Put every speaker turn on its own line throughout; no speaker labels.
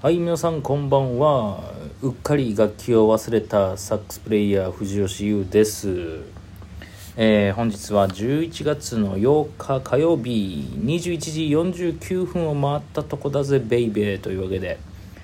はい、皆さんこんばんは。うっかり楽器を忘れたサックスプレイヤー藤吉優です。本日は11月の8日火曜日21時49分を回ったとこだぜベイベーというわけで、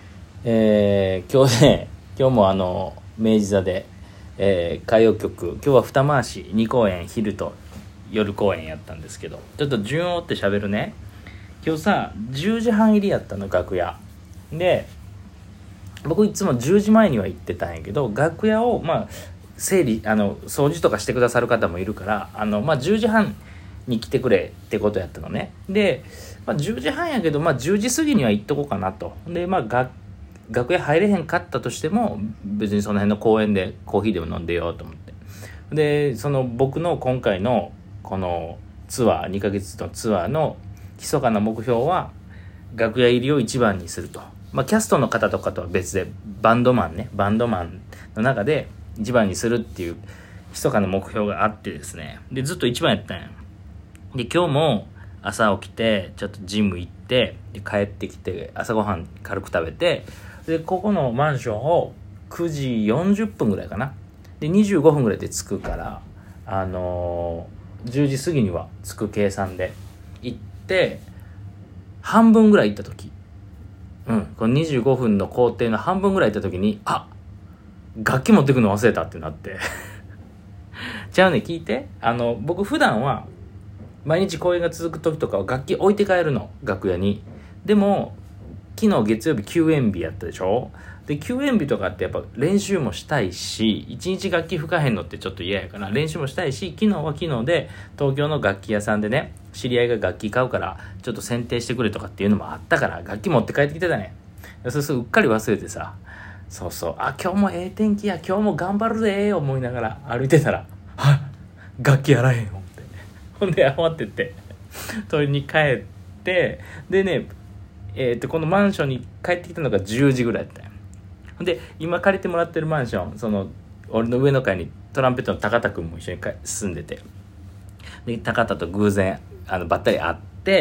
今日も明治座で、歌謡曲、今日は二回し2公演、昼と夜公演やったんですけど、ちょっと順を追って喋るね。今日さ10時半入りやったの、楽屋で。僕いつも10時前には行ってたんやけど、楽屋を整理掃除とかしてくださる方もいるから10時半に来てくれってことやったのね。で、10時半やけど10時過ぎには行っとこうかなと。で楽屋入れへんかったとしても別にその辺の公園でコーヒーでも飲んでようと思って、でその僕の今回のこのツアー2ヶ月のツアーの密かな目標は楽屋入りを一番にすると。キャストの方とかとは別でバンドマンの中で一番にするっていう密かな目標があってですね。でずっと一番やったんや。で今日も朝起きてちょっとジム行ってで帰ってきて朝ごはん軽く食べて、でここのマンションを9時40分ぐらいかなで25分ぐらいで着くから、10時過ぎには着く計算で行って、半分ぐらい行った時、この25分の工程の半分ぐらい行った時に、楽器持ってくの忘れたってなってじゃあね、聞いて。僕普段は毎日公演が続く時とかは楽器置いて帰るの、楽屋に。でも昨日月曜日休演日やったでしょ。で休演日とかってやっぱ練習もしたいし、一日楽器吹かへんのってちょっと嫌やから練習もしたいし、昨日は昨日で東京の楽器屋さんでね、知り合いが楽器買うからちょっと選定してくれとかっていうのもあったから楽器持って帰ってきてたね。そうするとうっかり忘れてさ、今日もええ天気や、今日も頑張るぜ思いながら歩いてたら、楽器やらへんよって。ほんで慌てて取りに帰って、でね、このマンションに帰ってきたのが10時ぐらいだったよ。で今借りてもらってるマンション、その俺の上の階にトランペットの高田くんも一緒に住んでて、で高田と偶然ばったり会って、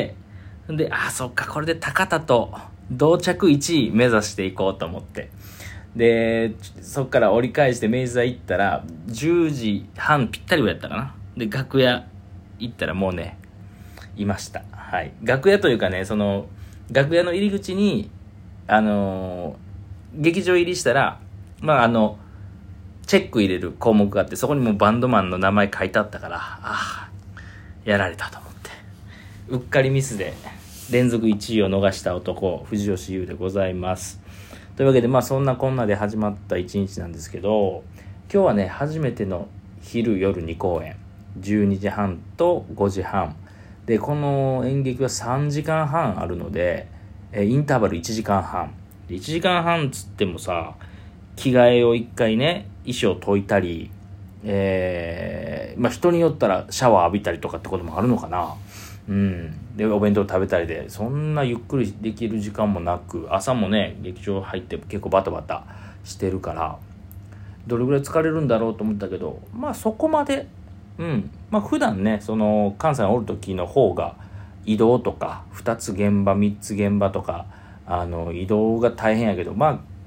でそっか、これで高田と同着1位目指していこうと思って、でそっから折り返して明治座行ったら10時半ぴったりぐらいやったかな。で楽屋行ったらもうねいました。はい、楽屋というかね、その楽屋の入り口に劇場入りしたらチェック入れる項目があって、そこにもうバンドマンの名前書いてあったから、やられたと思って、うっかりミスで連続1位を逃した男藤吉優でございます。というわけでそんなこんなで始まった一日なんですけど、今日はね初めての昼夜2公演、12時半と5時半で、この演劇は3時間半あるので、インターバル1時間半で、1時間半つってもさ、着替えを1回ね、衣装解いたり、人によったらシャワー浴びたりとかってこともあるのかな。でお弁当食べたりで、そんなゆっくりできる時間もなく、朝もね劇場入って結構バタバタしてるから、どれぐらい疲れるんだろうと思ったけど、そこまで、普段ねその関西におる時の方が移動とか2つ現場3つ現場とか移動が大変やけど、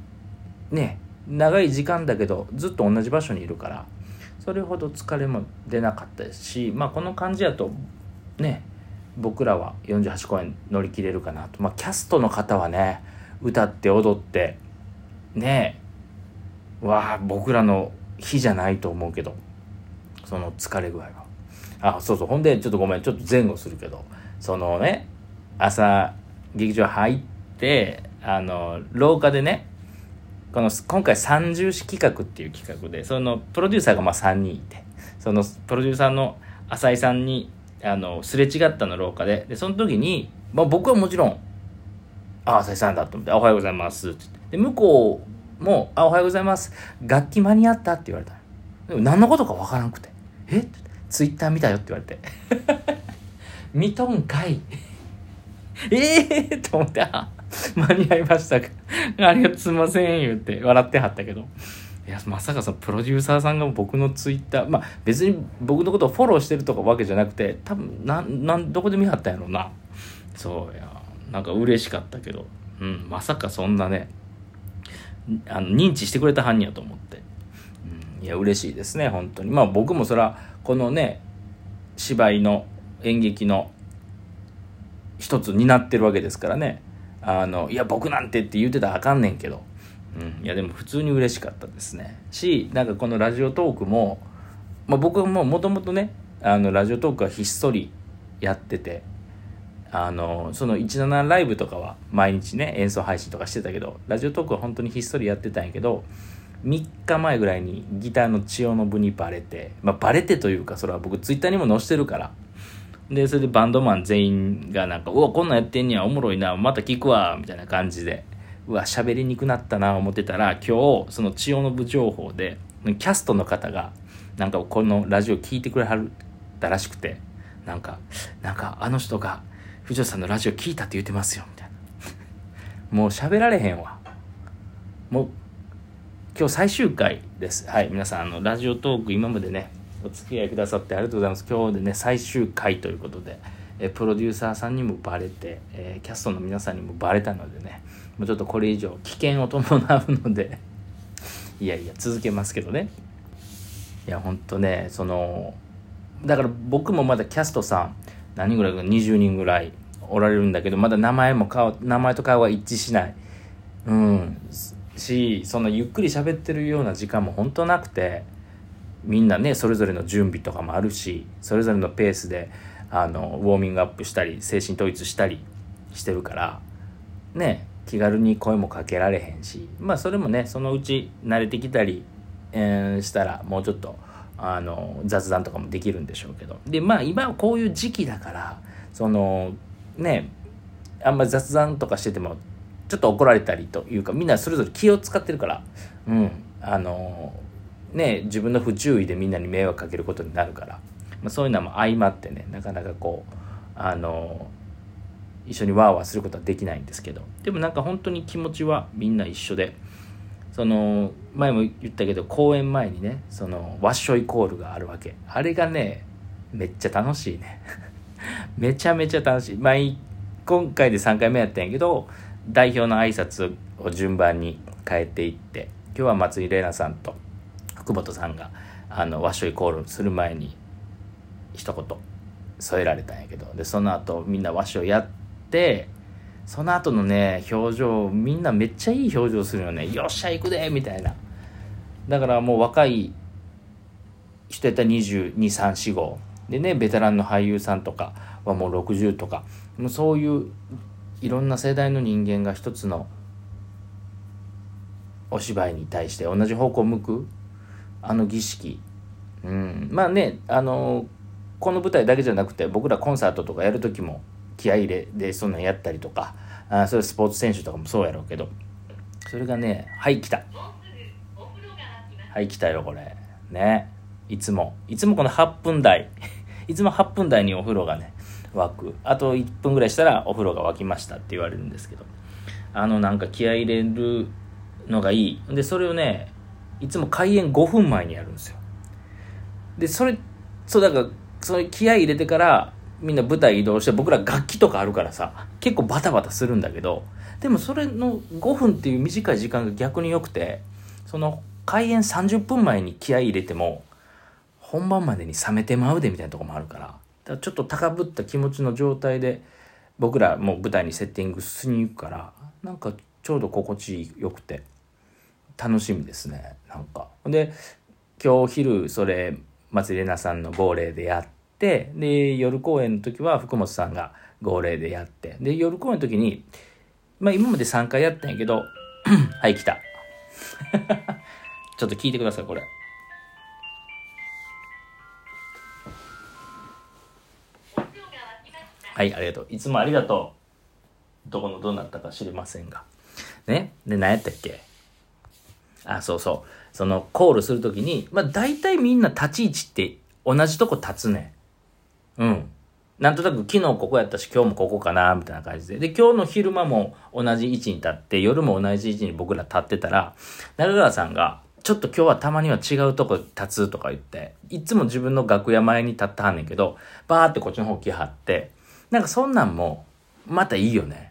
長い時間だけどずっと同じ場所にいるから、それほど疲れも出なかったですし、この感じやとね僕らは48公演乗り切れるかなと。キャストの方はね歌って踊ってね、僕らの日じゃないと思うけど、その疲れ具合は。ほんでちょっとごめん、ちょっと前後するけど、そのね朝劇場入って廊下でね、今回三重視企画っていう企画で、そのプロデューサーが3人いて、そのプロデューサーの浅井さんにすれ違ったの、廊下で。その時に、僕はもちろん浅井さんだと思って、おはようございますって言って、で向こうもおはようございます、楽器間に合ったって言われた。でも何のことかわからなくて、ツイッター見たよって言われて見とんかいと思って、間に合いましたかありがとう、すいません言って笑ってはったけど、いやまさかそのプロデューサーさんが僕のツイッター、別に僕のことをフォローしてるとかわけじゃなくて、多分どこで見はったんやろうな。そうや、なんか嬉しかったけど、 まさかそんなね、認知してくれたはんやと思って。いや、嬉しいですね、本当に。まあ僕もそら、このね、芝居の演劇の一つになってるわけですからね。いや、僕なんてって言ってたらあかんねんけど。いや、でも普通に嬉しかったですね。なんかこのラジオトークも、まあ僕ももともとね、ラジオトークはひっそりやってて、その17ライブとかは毎日ね演奏配信とかしてたけど、ラジオトークは本当にひっそりやってたんやけど、3日前ぐらいにギターの千代の部にバレて、バレてというか、それは僕ツイッターにも載せてるから、でそれでバンドマン全員がなんか、うわこんなんやってんねや、おもろいな、また聞くわみたいな感じで、うわ喋りにくなったな思ってたら、今日その千代の部情報でキャストの方がなんかこのラジオ聞いてくれはったらしくて、なんかあの人が藤田さんのラジオ聞いたって言ってますよみたいな。もう喋られへんわ。もう今日最終回です。はい、皆さんラジオトーク今までねお付き合いくださってありがとうございます。今日でね最終回ということで、プロデューサーさんにもバレて、キャストの皆さんにもバレたのでね、もうちょっとこれ以上危険を伴うのでいや続けますけどね。いやほんとね、だから僕もまだキャストさん何人ぐらいか20人ぐらいおられるんだけど、まだ名前と顔は一致しないし、そんなゆっくり喋ってるような時間も本当なくて、みんなねそれぞれの準備とかもあるし、それぞれのペースでウォーミングアップしたり精神統一したりしてるからね、気軽に声もかけられへんし、それもねそのうち慣れてきたり、したらもうちょっと雑談とかもできるんでしょうけど、で今はこういう時期だから、あんまり雑談とかしててもちょっと怒られたりというか、みんなそれぞれ気を使ってるから、自分の不注意でみんなに迷惑かけることになるから、そういうのも相まってね、なかなかこう一緒にワーワーすることはできないんですけど、でもなんか本当に気持ちはみんな一緒で、前も言ったけど公演前にねワッショイコールがあるわけ。あれがねめっちゃ楽しいねめちゃめちゃ楽しい。今回で3回目やったんやけど、代表の挨拶を順番に変えていって、今日は松井玲奈さんと福本さんがワッショイコールする前に一言添えられたんやけど、でその後みんなワッショイやって、その後のね表情、みんなめっちゃいい表情するよね。よっしゃ行くでみたいな。だからもう若い人やったら22、3、4、5でね、ベテランの俳優さんとかはもう60とか、もうそういういろんな世代の人間が一つのお芝居に対して同じ方向を向く儀式、この舞台だけじゃなくて、僕らコンサートとかやる時も気合い入れでそんなんやったりとか、それスポーツ選手とかもそうやろうけど、それがね、はい来たよこれね。いつもこの8分台いつも8分台にお風呂がね沸く。あと1分ぐらいしたらお風呂が沸きましたって言われるんですけど、なんか気合い入れるのがいい。でそれをねいつも開演5分前にやるんですよ。でだからそれ気合い入れてからみんな舞台移動して、僕ら楽器とかあるからさ結構バタバタするんだけど、でもそれの5分っていう短い時間が逆に良くて、開演30分前に気合い入れても本番までに冷めてまうでみたいなとこもあるから、だからちょっと高ぶった気持ちの状態で僕らもう舞台にセッティングしに行くから、なんかちょうど心地よくて楽しみですね。なんかで今日昼それ松井玲奈さんの号令でやって、で夜公演の時は福本さんが号令でやって、で夜公演の時に今まで3回やったんやけどはい来たちょっと聞いてくださいこれ。はいありがとう、いつもありがとう。どうなったか知りませんがね。で何やったっけ、そのコールするときに大体みんな立ち位置って同じとこ立つね。なんとなく昨日ここやったし今日もここかなみたいな感じで、今日の昼間も同じ位置に立って、夜も同じ位置に僕ら立ってたら、中川さんがちょっと今日はたまには違うとこ立つとか言って、いつも自分の楽屋前に立ってはんねんけど、バーってこっちの方来はって、なんかそんなんもまたいいよね。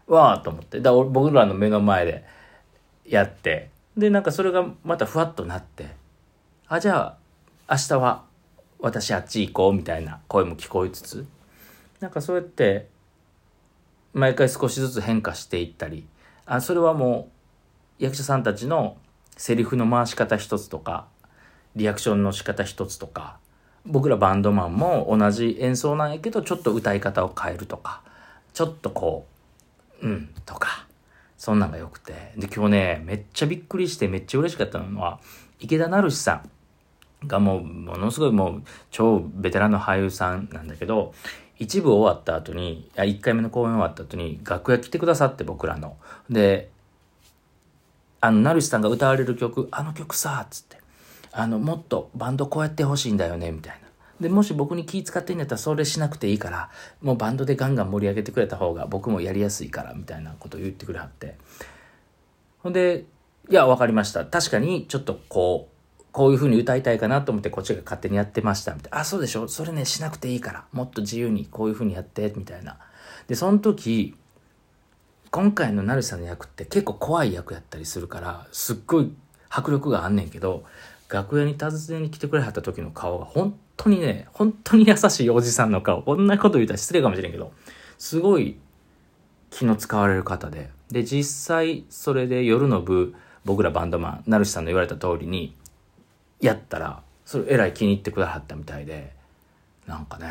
わーと思って、僕らの目の前でやって、でなんかそれがまたふわっとなって、じゃあ明日は私あっち行こうみたいな声も聞こえつつ、なんかそうやって毎回少しずつ変化していったり、それはもう役者さんたちのセリフの回し方一つとかリアクションの仕方一つとか、僕らバンドマンも同じ演奏なんやけどちょっと歌い方を変えるとか、ちょっとこうとか、そんなんがよくて、で今日ねめっちゃびっくりしてめっちゃ嬉しかったのは、池田成志さんがものすごいもう超ベテランの俳優さんなんだけど、一部終わった後に1回目の公演終わった後に楽屋来てくださって、僕らので成志さんが歌われる曲、あの曲さっつって、もっとバンドこうやってほしいんだよねみたいな。でもし僕に気使ってんやったらそれしなくていいから、もうバンドでガンガン盛り上げてくれた方が僕もやりやすいからみたいなことを言ってくれはって、ほんでいや分かりました、確かにちょっとこういう風に歌いたいかなと思ってこっちが勝手にやってましたみたいな。そうでしょ、それねしなくていいからもっと自由にこういう風にやってみたいな。でその時今回の成さんの役って結構怖い役やったりするから、すっごい迫力があんねんけど、楽屋に訪ねに来てくれはった時の顔が本当に優しいおじさんの顔。こんなこと言ったら失礼かもしれんけど、すごい気の使われる方で、実際それで夜の部、僕らバンドマン成さんの言われた通りにやったら、それえらい気に入ってくださったみたいで、なんかね、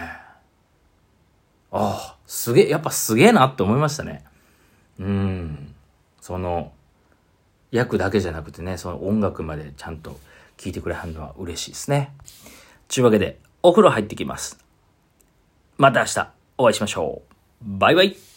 すげえ、やっぱすげえなって思いましたね。その役だけじゃなくてね、その音楽までちゃんと聴いてくれはるのは嬉しいですね。というわけでお風呂入ってきます。また明日お会いしましょう。バイバイ。